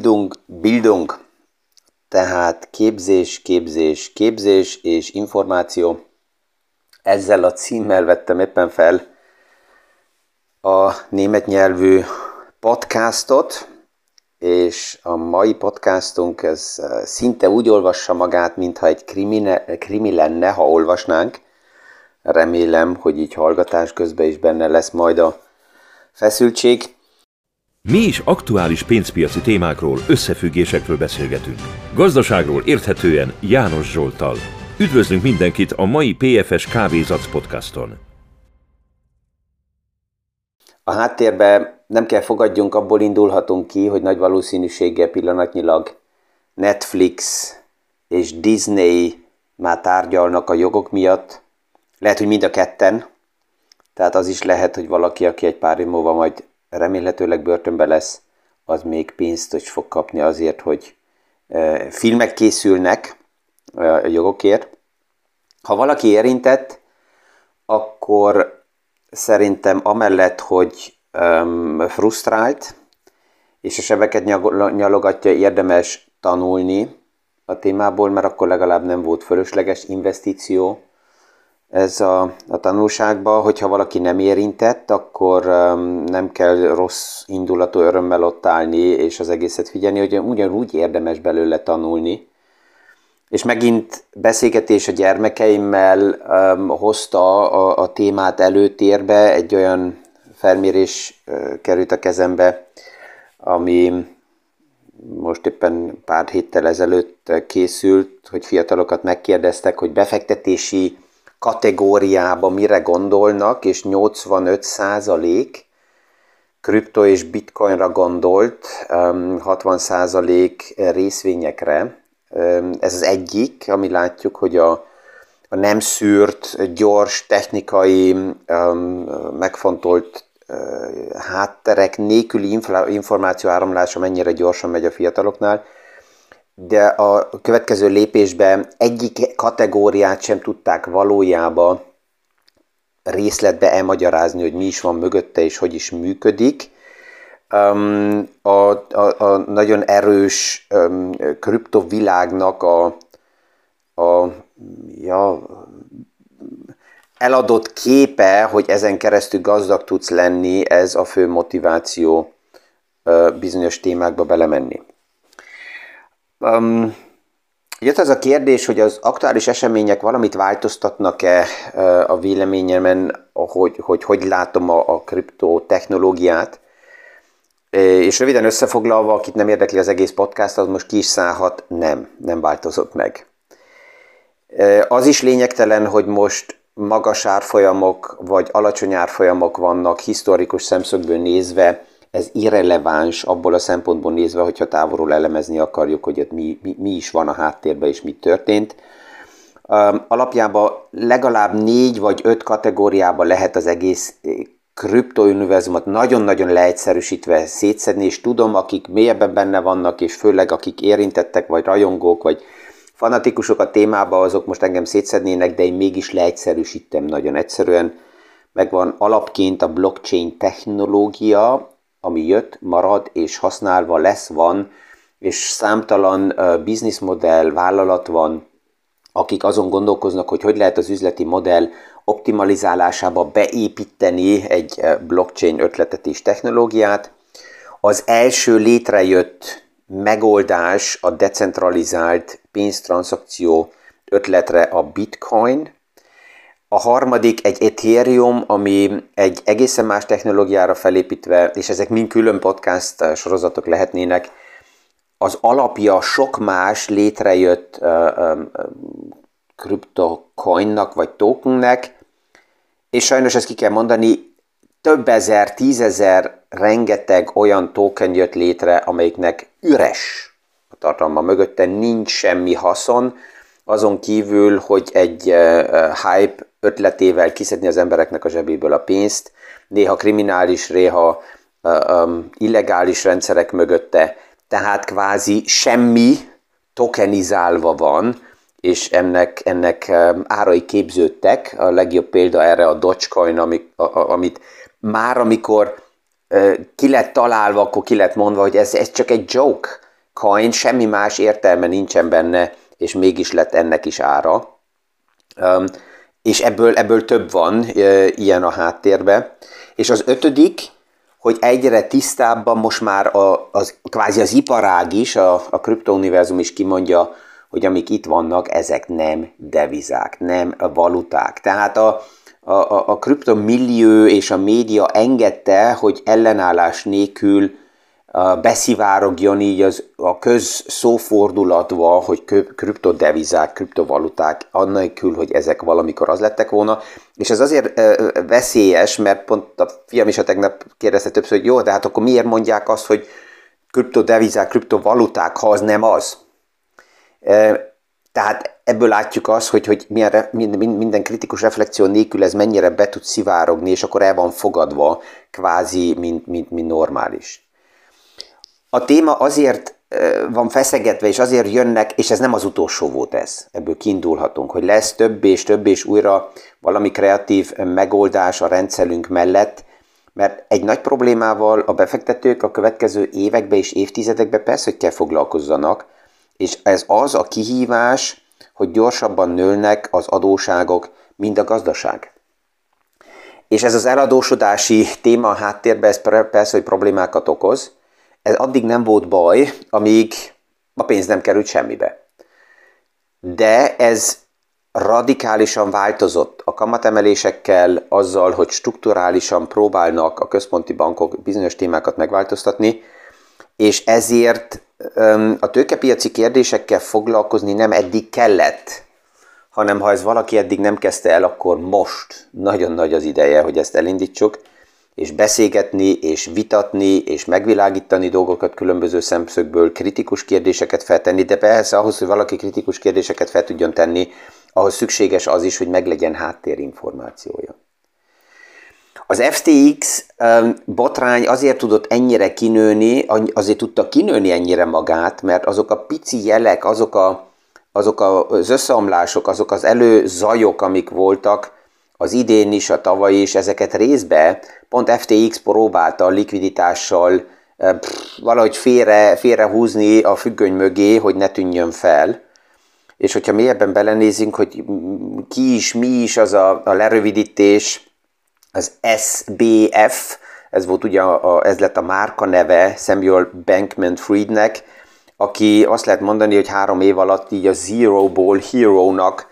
Bildung. Tehát képzés és információ. Ezzel a címmel vettem éppen fel a német nyelvű podcastot, és a mai podcastunk ez szinte úgy olvassa magát, mintha egy krimi lenne, ha olvasnánk. Remélem, hogy így hallgatás közben is benne lesz majd a feszültség. Mi is aktuális pénzpiaci témákról, összefüggésekről beszélgetünk. Gazdaságról érthetően János Zsolttal. Üdvözlünk mindenkit a mai PFS Kávézac podcaston. A háttérben nem kell fogadjunk, abból indulhatunk ki, hogy nagy valószínűséggel pillanatnyilag Netflix és Disney már tárgyalnak a jogok miatt. Lehet, hogy mind a ketten. Tehát az is lehet, hogy valaki, aki egy pár év múlva majd remélhetőleg börtönbe lesz, az még pénzt is fog kapni azért, hogy filmek készülnek a jogokért. Ha valaki érintett, akkor szerintem amellett, hogy frusztrált, és a sebeket nyalogatja, érdemes tanulni a témából, mert akkor legalább nem volt fölösleges investíció ez a tanulságba. Hogyha valaki nem érintett, akkor nem kell rossz indulatú örömmel ott állni, és az egészet figyelni, hogy ugyanúgy érdemes belőle tanulni. És megint beszélgetés a gyermekeimmel hozta a témát előtérbe, egy olyan felmérés került a kezembe, ami most éppen pár héttel ezelőtt készült, hogy fiatalokat megkérdeztek, hogy befektetési kategóriába mire gondolnak, és 85% kripto és bitcoinra gondolt, 60% részvényekre. Ez az egyik, ami látjuk, hogy a nem szűrt, gyors, technikai, megfontolt hátterek nélküli információ áramlása mennyire gyorsan megy a fiataloknál. De a következő lépésben egyik kategóriát sem tudták valójában részletbe elmagyarázni, hogy mi is van mögötte és hogy is működik. A nagyon erős kriptovilágnak eladott képe, hogy ezen keresztül gazdag tudsz lenni, ez a fő motiváció bizonyos témákba belemenni. Jött az a kérdés, hogy az aktuális események valamit változtatnak-e a véleményemen, hogy látom a kriptotechnológiát. És röviden összefoglalva, akit nem érdekli az egész podcast, az most ki is szállhat, nem változott meg. Az is lényegtelen, hogy most magas árfolyamok vagy alacsony árfolyamok vannak, historikus szemszögből nézve, ez irreleváns abból a szempontból nézve, hogyha távolról elemezni akarjuk, hogy ott mi is van a háttérben és mi történt. Alapjában legalább 4 vagy 5 kategóriában lehet az egész kriptouniverzumot nagyon-nagyon leegyszerűsítve szétszedni, és tudom, akik mélyebben benne vannak, és főleg akik érintettek, vagy rajongók, vagy fanatikusok a témában, azok most engem szétszednének, de én mégis leegyszerűsítem nagyon egyszerűen. Megvan alapként a blockchain technológia, ami jött, marad és használva van, és számtalan bizniszmodell, vállalat van, akik azon gondolkoznak, hogy lehet az üzleti modell optimalizálásába beépíteni egy blockchain ötletet és technológiát. Az első létrejött megoldás a decentralizált pénztranszakció ötletre a Bitcoin. A harmadik egy Ethereum, ami egy egészen más technológiára felépítve, és ezek mind külön podcast sorozatok lehetnének, az alapja sok más létrejött kriptocoinnak vagy tokennek, és sajnos ezt ki kell mondani, több ezer, 10 000 rengeteg olyan token jött létre, amelyiknek üres a tartalma mögötte, nincs semmi haszon, azon kívül, hogy egy hype ötletével kiszedni az embereknek a zsebéből a pénzt, néha kriminális, néha illegális rendszerek mögötte, tehát kvázi semmi tokenizálva van, és ennek árai képződtek. A legjobb példa erre a Dogecoin, amit már amikor ki lett találva, akkor ki lett mondva, hogy ez csak egy joke. coin, semmi más értelme nincsen benne, és mégis lett ennek is ára. És ebből több van ilyen a háttérben. És az ötödik, hogy egyre tisztábban most már kvázi az iparág is, a kriptouniverzum is kimondja, hogy amik itt vannak, ezek nem devizák, nem valuták. Tehát a kriptomillió és a média engedte, hogy ellenállás nélkül beszivárogjon így a közszófordulatba, hogy kriptodevizák, kriptovaluták, annélkül, hogy ezek valamikor az lettek volna. És ez azért veszélyes, mert pont a fiam is a tegnap kérdezte többször, hogy jó, de hát akkor miért mondják azt, hogy kriptodevizák, kriptovaluták, ha az nem az? Tehát ebből látjuk azt, hogy minden kritikus reflexió nélkül ez mennyire be tud szivárogni, és akkor el van fogadva kvázi, mint normális. A téma azért van feszegetve, és azért jönnek, és ez nem az utolsó volt ez. Ebből kiindulhatunk, hogy lesz több és újra valami kreatív megoldás a rendszerünk mellett, mert egy nagy problémával a befektetők a következő években és évtizedekben persze, hogy kell foglalkozzanak, és ez az a kihívás, hogy gyorsabban nőnek az adósságok, mint a gazdaság. És ez az eladósodási téma a háttérben, ez persze, hogy problémákat okoz. Ez addig nem volt baj, amíg a pénz nem került semmibe. De ez radikálisan változott a kamatemelésekkel, azzal, hogy strukturálisan próbálnak a központi bankok bizonyos témákat megváltoztatni, és ezért a tőkepiaci kérdésekkel foglalkozni nem eddig kellett, hanem ha ez valaki eddig nem kezdte el, akkor most nagyon nagy az ideje, hogy ezt elindítsuk, és beszélgetni, és vitatni, és megvilágítani dolgokat különböző szemszögből, kritikus kérdéseket feltenni, de persze ahhoz, hogy valaki kritikus kérdéseket fel tudjon tenni, ahhoz szükséges az is, hogy meglegyen háttérinformációja. Az FTX botrány azért tudott ennyire kinőni, azért tudta kinőni ennyire magát, mert azok a pici jelek, azok az összeomlások, azok az előzajok, amik voltak az idén is, a tavaly is, ezeket részbe pont FTX próbálta a likviditással valahogy félrehúzni a függöny mögé, hogy ne tűnjön fel. És hogyha mélyebben belenézünk, hogy mi is az a lerövidítés, az SBF, ez volt ugye ez lett a márka neve Samuel Bankman-Friednek, aki azt lehet mondani, hogy 3 év alatt így a Zero-ból Hero-nak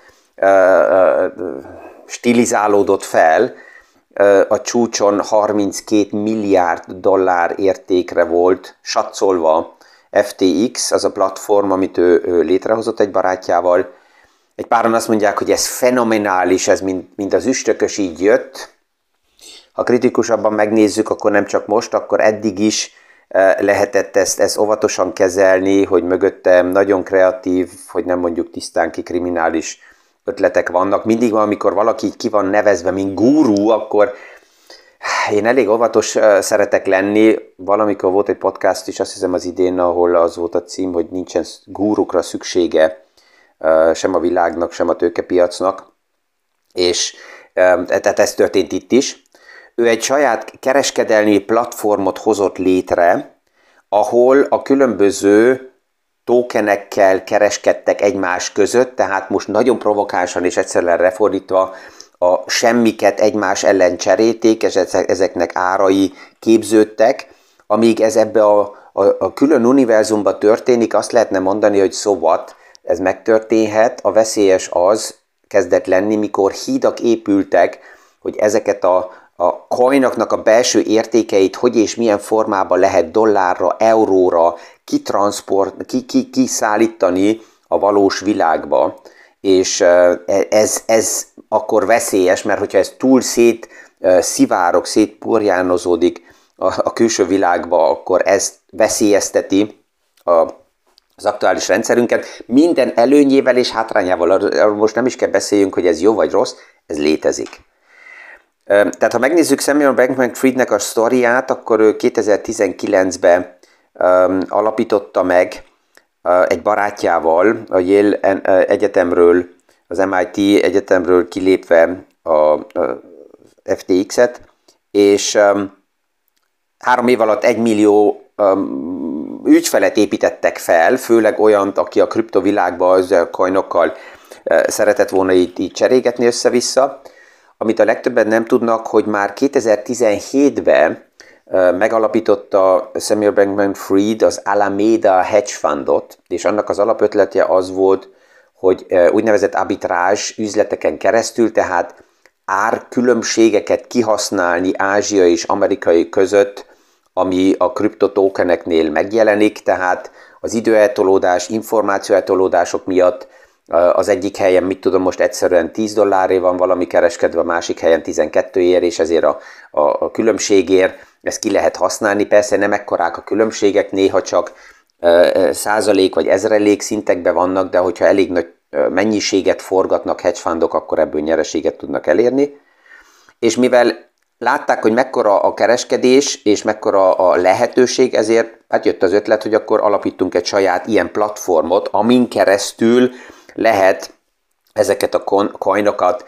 stilizálódott fel. A csúcson 32 milliárd dollár értékre volt satszolva FTX, az a platform, amit ő létrehozott egy barátjával. Egy páran azt mondják, hogy ez fenomenális, ez mint az üstökös így jött. Ha kritikusabban megnézzük, akkor nem csak most, akkor eddig is lehetett ezt óvatosan kezelni, hogy mögöttem nagyon kreatív, hogy nem mondjuk tisztán ki kriminális ötletek vannak. Mindig van, amikor valaki így ki van nevezve, mint gurú, akkor én elég óvatos szeretek lenni. Valamikor volt egy podcast is, azt hiszem az idén, ahol az volt a cím, hogy nincsen gúrukra szüksége sem a világnak, sem a tőkepiacnak. És tehát ez történt itt is. Ő egy saját kereskedelmi platformot hozott létre, ahol a különböző tokenekkel kereskedtek egymás között, tehát most nagyon provokánsan és egyszerűen lefordítva a semmiket egymás ellen cserélték, és ezeknek árai képződtek, amíg ez ebbe a külön univerzumban történik, azt lehetne mondani, hogy so what, ez megtörténhet, a veszélyes az kezdett lenni, mikor hídak épültek, hogy ezeket a coinoknak a belső értékeit hogy és milyen formában lehet dollárra, euróra kiszállítani a valós világba. És ez akkor veszélyes, mert hogyha ez túl szétpurjánozódik a külső világba, akkor ez veszélyezteti az aktuális rendszerünket. Minden előnyével és hátrányával, arról most nem is kell beszéljünk, hogy ez jó vagy rossz, ez létezik. Tehát ha megnézzük Samuel Bankman-Friednek a sztoriát, akkor ő 2019-ben alapította meg egy barátjával a Yale egyetemről, az MIT egyetemről kilépve a FTX-et, és 3 év alatt 1 millió ügyfelet építettek fel, főleg olyant, aki a kriptovilágban az coinokkal szeretett volna így cserégetni össze-vissza. Amit a legtöbben nem tudnak, hogy már 2017-ben megalapította Samuel Bankman-Fried az Alameda Hedge Fundot, és annak az alapötlete az volt, hogy úgynevezett arbitrázs üzleteken keresztül, tehát árkülönbségeket kihasználni Ázsia és Amerikai között, ami a kriptotókeneknél megjelenik, tehát az időeltolódás, információeltolódások miatt az egyik helyen, mit tudom, most egyszerűen $10 van valami kereskedve, a másik helyen 12-ért, és ezért a különbségért ezt ki lehet használni. Persze nem ekkorák a különbségek, néha csak százalék vagy ezrelék szintekben vannak, de hogyha elég nagy mennyiséget forgatnak hedge fundok, akkor ebből nyereséget tudnak elérni. És mivel látták, hogy mekkora a kereskedés, és mekkora a lehetőség, ezért hát jött az ötlet, hogy akkor alapítunk egy saját ilyen platformot, amin keresztül lehet ezeket a coinokat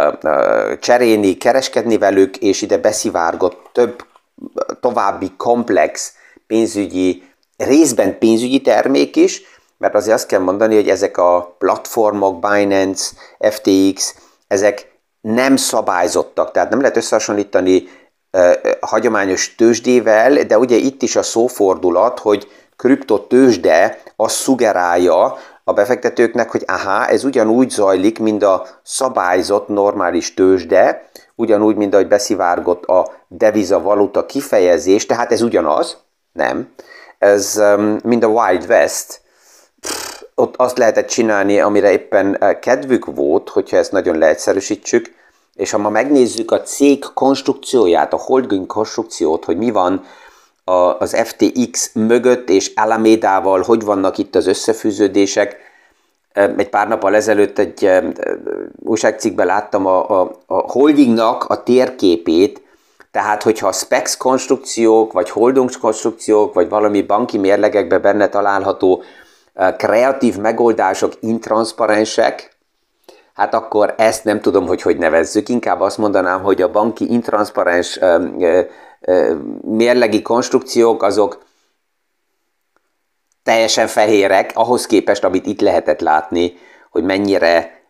cserélni, kereskedni velük, és ide beszivárgott több további komplex pénzügyi, részben pénzügyi termék is, mert azért azt kell mondani, hogy ezek a platformok, Binance, FTX, ezek nem szabályzottak, tehát nem lehet összehasonlítani hagyományos tőzsdével, de ugye itt is a szófordulat, hogy kriptotőzsde azt szuggerálja a befektetőknek, hogy ez ugyanúgy zajlik, mint a szabályzott normális tőzsde, ugyanúgy, mint ahogy beszivárgott a deviza-valuta kifejezés, tehát ez ugyanaz, nem. Ez mint a Wild West, ott azt lehetett csinálni, amire éppen kedvük volt, hogyha ezt nagyon leegyszerűsítsük, és ha ma megnézzük a cég konstrukcióját, a holding konstrukciót, hogy mi van az FTX mögött és Alamedával, hogy vannak itt az összefűződések. Egy pár nappal ezelőtt egy újságcikkben láttam a holdingnak a térképét, tehát hogyha a SPACs konstrukciók, vagy holding konstrukciók, vagy valami banki mérlegekben benne található kreatív megoldások intranszparensek, hát akkor ezt nem tudom, hogy nevezzük. Inkább azt mondanám, hogy a banki intranszparens mérlegi konstrukciók azok teljesen fehérek, ahhoz képest, amit itt lehetett látni, hogy mennyire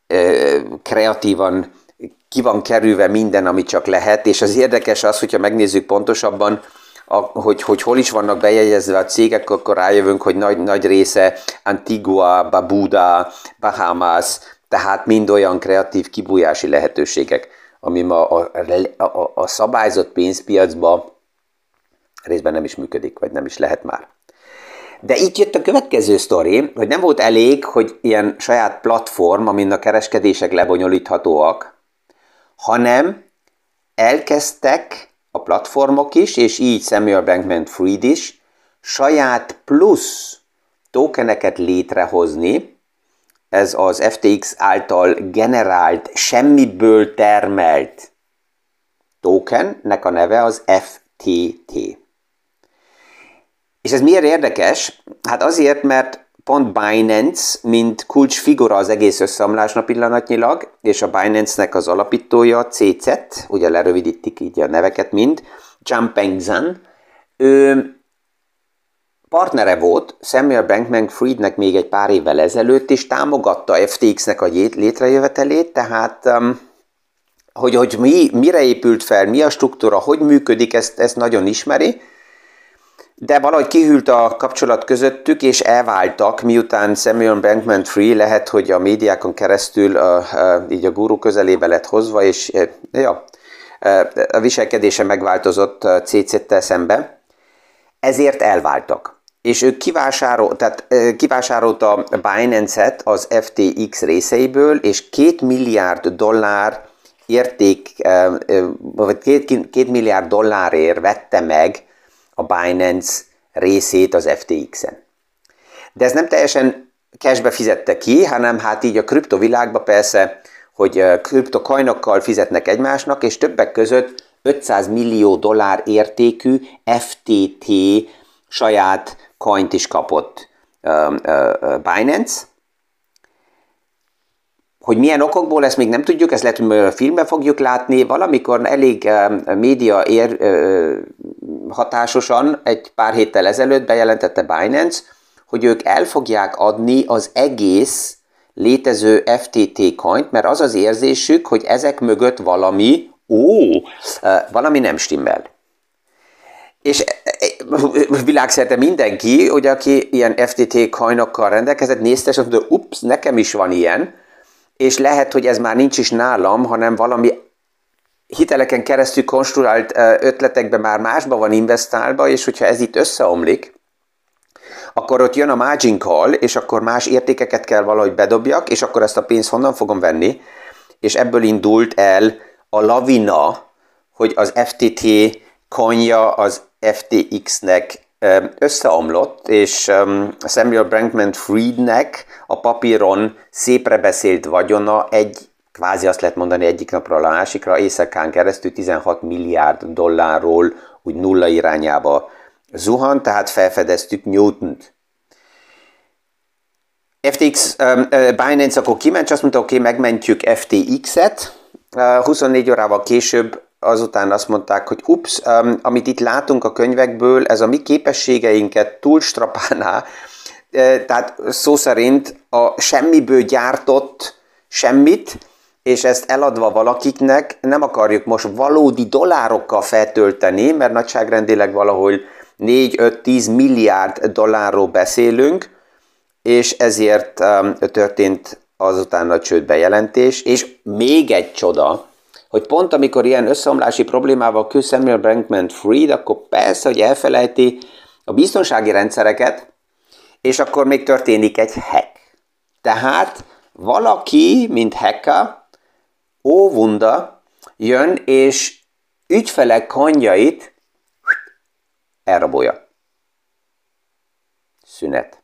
kreatívan ki van kerülve minden, ami csak lehet, és az érdekes az, hogyha megnézzük pontosabban, hogy hol is vannak bejegyezve a cégek, akkor rájövünk, hogy nagy része Antigua, Barbuda, Bahamas, tehát mind olyan kreatív kibújási lehetőségek, ami ma a szabályzott pénzpiacban részben nem is működik, vagy nem is lehet már. De itt jött a következő sztori, hogy nem volt elég, hogy ilyen saját platform, amin a kereskedések lebonyolíthatóak, hanem elkezdtek a platformok is, és így Samuel Bankman-Fried is, saját plusz tokeneket létrehozni, ez az FTX által generált, semmiből termelt tokennek a neve az FTT. És ez miért érdekes? Hát azért, mert pont Binance, mint kulcsfigura az egész összeomlásnak pillanatnyilag, és a Binance-nek az alapítója, CZ, ugye lerövidítik így a neveket mind, Changpeng Zhang, ő partnere volt Samuel Bankman-Friednek még egy pár évvel ezelőtt, és támogatta FTX-nek a létrejövetelét, tehát hogy mire épült fel, mi a struktúra, hogy működik, ezt nagyon ismeri, de valahogy kihűlt a kapcsolat közöttük, és elváltak, miután Samuel Bankman-Fried lehet, hogy a médiákon keresztül így a guru közelébe lett hozva, és a viselkedése megváltozott CZ-tel szemben, ezért elváltak. És ő kivásárolta Binance-et az FTX részeiből, és $2 milliárd érték, vagy $2 milliárd vette meg a Binance részét az FTX-en. De ez nem teljesen cashbe fizette ki, hanem hát így a kriptovilágban persze, hogy kriptocoinokkal fizetnek egymásnak, és többek között $500 millió értékű FTT saját coint is kapott Binance. Hogy milyen okokból, ezt még nem tudjuk, ezt lehet, hogy a filmben fogjuk látni, valamikor elég média hatásosan egy pár héttel ezelőtt bejelentette Binance, hogy ők el fogják adni az egész létező FTT coint, mert az az érzésük, hogy ezek mögött valami nem stimmel. És világszerte mindenki, hogy aki ilyen FTT coinokkal rendelkezett, nézte, és mondta, nekem is van ilyen, és lehet, hogy ez már nincs is nálam, hanem valami hiteleken keresztül konstruált ötletekben már másba van investálva, és hogyha ez itt összeomlik, akkor ott jön a margin call, és akkor más értékeket kell valahogy bedobjak, és akkor ezt a pénzt honnan fogom venni, és ebből indult el a lavina, hogy az FTT coinja az FTX-nek összeomlott, és Samuel Bankman-Friednek a papíron szépre beszélt vagyona kvázi azt lehet mondani egyik napról a másikra, éjszakán keresztül 16 milliárd dollárról úgy nulla irányába zuhant, tehát felfedeztük Newtont. FTX, Binance akkor kiment, és azt mondta, oké, megmentjük FTX-et. 24 órával később azután azt mondták, hogy amit itt látunk a könyvekből, ez a mi képességeinket túlstrapálná, tehát szó szerint a semmiből gyártott semmit, és ezt eladva valakiknek nem akarjuk most valódi dollárokkal feltölteni, mert nagyságrendileg valahol 4-5-10 milliárd dollárról beszélünk, és ezért történt azután a csődbejelentés, és még egy csoda, hogy pont amikor ilyen összeomlási problémával küzd Samuel Bankman-Fried, akkor persze, hogy elfelejti a biztonsági rendszereket, és akkor még történik egy hack. Tehát valaki, mint hacker, óvunda jön, és ügyfelek coinjait elrabolja. Szünet.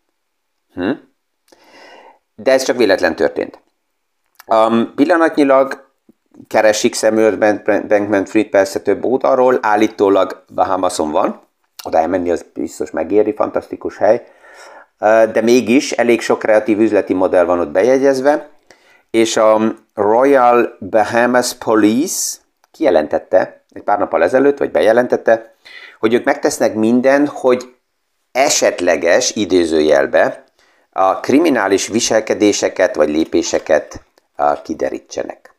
De ez csak véletlen történt. Pillanatnyilag keresik Samuel Bankman-Fried persze több oldalról, állítólag Bahamason van, oda elmenni az biztos megéri, fantasztikus hely, de mégis elég sok kreatív üzleti modell van ott bejegyezve, és a Royal Bahamas Police kijelentette, egy pár nappal ezelőtt, vagy bejelentette, hogy ők megtesznek mindent, hogy esetleges, idézőjelbe, a kriminális viselkedéseket vagy lépéseket kiderítsenek.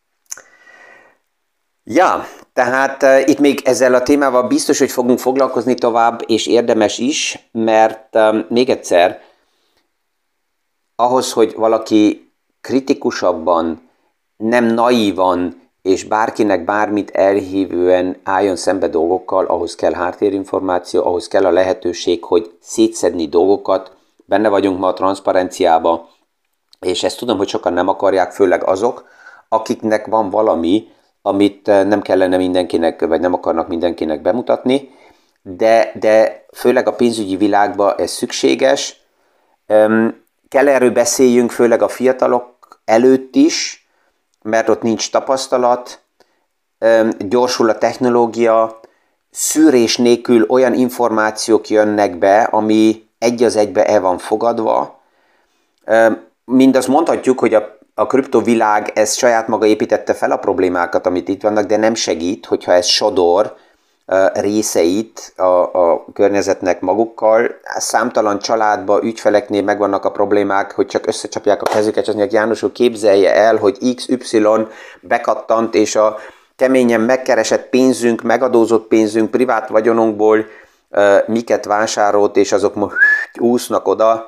Ja, tehát itt még ezzel a témával biztos, hogy fogunk foglalkozni tovább, és érdemes is, mert még egyszer, ahhoz, hogy valaki kritikusabban, nem naívan, és bárkinek bármit elhívően álljon szembe dolgokkal, ahhoz kell háttérinformáció, ahhoz kell a lehetőség, hogy szétszedni dolgokat, benne vagyunk ma a transzparenciába, és ezt tudom, hogy sokan nem akarják, főleg azok, akiknek van valami, amit nem kellene mindenkinek, vagy nem akarnak mindenkinek bemutatni, de főleg a pénzügyi világban ez szükséges. Kell erről beszéljünk, főleg a fiatalok előtt is, mert ott nincs tapasztalat, gyorsul a technológia, szűrés nélkül olyan információk jönnek be, ami egy az egybe el van fogadva. Mindazt mondhatjuk, hogy a kriptovilág ez saját maga építette fel a problémákat, amit itt vannak, de nem segít, hogyha ez sodor részeit a környezetnek magukkal. Számtalan családban, ügyfeleknél megvannak a problémák, hogy csak összecsapják a kezüket, és azt mondják, János úr, képzelje el, hogy XY bekattant, és a keményen megkeresett pénzünk, megadózott pénzünk, privát vagyonunkból miket vásárolt, és azok most úsznak oda.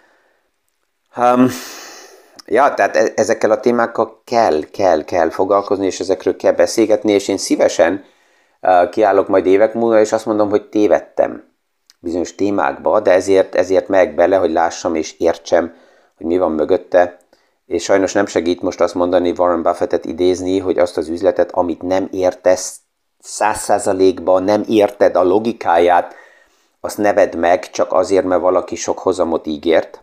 Ja, tehát ezekkel a témákkal kell foglalkozni, és ezekről kell beszélgetni, és én szívesen kiállok majd évek múlva, és azt mondom, hogy tévedtem bizonyos témákba, de ezért megyek bele, hogy lássam és értsem, hogy mi van mögötte, és sajnos nem segít most azt mondani, Warren Buffettet idézni, hogy azt az üzletet, amit nem értesz 100%-ban, nem érted a logikáját, azt ne vedd meg csak azért, mert valaki sok hozamot ígért.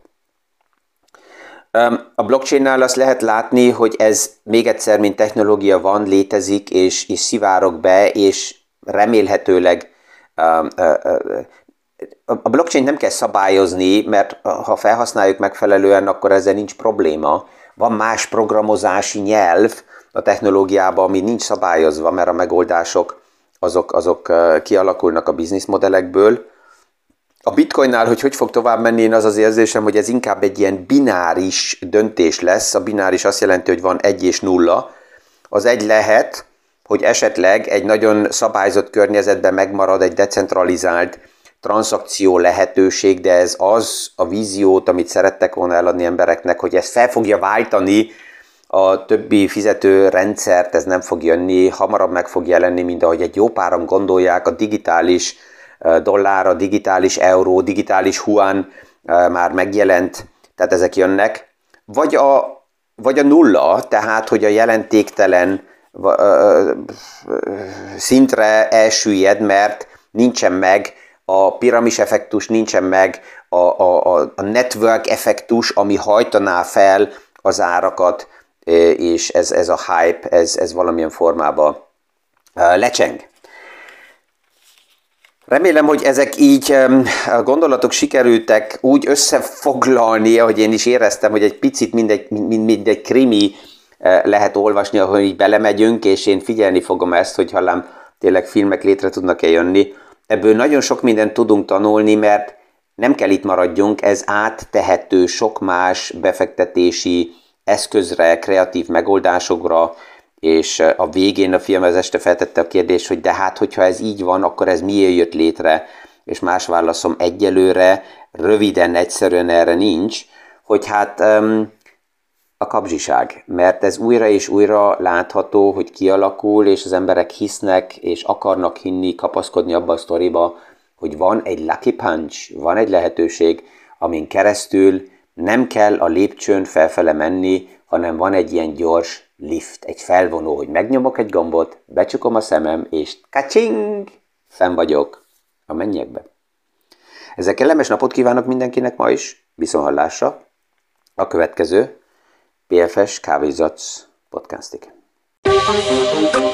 A blockchainnál azt lehet látni, hogy ez még egyszer, mint technológia van, létezik, és szivárog be, és remélhetőleg a blockchain nem kell szabályozni, mert ha felhasználjuk megfelelően, akkor ezzel nincs probléma. Van más programozási nyelv a technológiában, ami nincs szabályozva, mert a megoldások azok kialakulnak a bizniszmodellekből. A bitcoinnál, hogy fog tovább menni, én az érzésem, hogy ez inkább egy ilyen bináris döntés lesz. A bináris azt jelenti, hogy van 1 és 0. Az 1 lehet, hogy esetleg egy nagyon szabályzott környezetben megmarad egy decentralizált transzakció lehetőség, de ez az a víziót, amit szerettek volna eladni embereknek, hogy ez fel fogja váltani a többi fizető rendszert, ez nem fog jönni, hamarabb meg fog jelenni, mint ahogy egy jó páran gondolják, a digitális dollár, a digitális euró, digitális yuan már megjelent, tehát ezek jönnek. Vagy a nulla, tehát hogy a jelentéktelen szintre elsüllyed, mert nincsen meg a piramis effektus, nincsen meg a network effektus, ami hajtaná fel az árakat, és ez a hype, ez valamilyen formában lecseng. Remélem, hogy ezek így a gondolatok sikerültek úgy összefoglalni, ahogy én is éreztem, hogy egy picit mindegy krimi lehet olvasni, ahol így belemegyünk, és én figyelni fogom ezt, hogy hallám tényleg filmek létre tudnak-e jönni. Ebből nagyon sok mindent tudunk tanulni, mert nem kell itt maradjunk, ez áttehető sok más befektetési eszközre, kreatív megoldásokra, és a végén a film az este feltette a kérdést, hogy de hát, hogyha ez így van, akkor ez miért jött létre, és más válaszom egyelőre, röviden, egyszerűen erre nincs, hogy hát a kapzsiság, mert ez újra és újra látható, hogy kialakul, és az emberek hisznek, és akarnak hinni, kapaszkodni abba a sztoriba, hogy van egy lucky punch, van egy lehetőség, amin keresztül nem kell a lépcsőn felfele menni, hanem van egy ilyen gyors lift, egy felvonó, hogy megnyomok egy gombot, becsukom a szemem, és kacsing, fenn vagyok a mennyekbe. Ezzel kellemes napot kívánok mindenkinek ma is, viszonthallásra. A következő PFS Kávézac podcastig.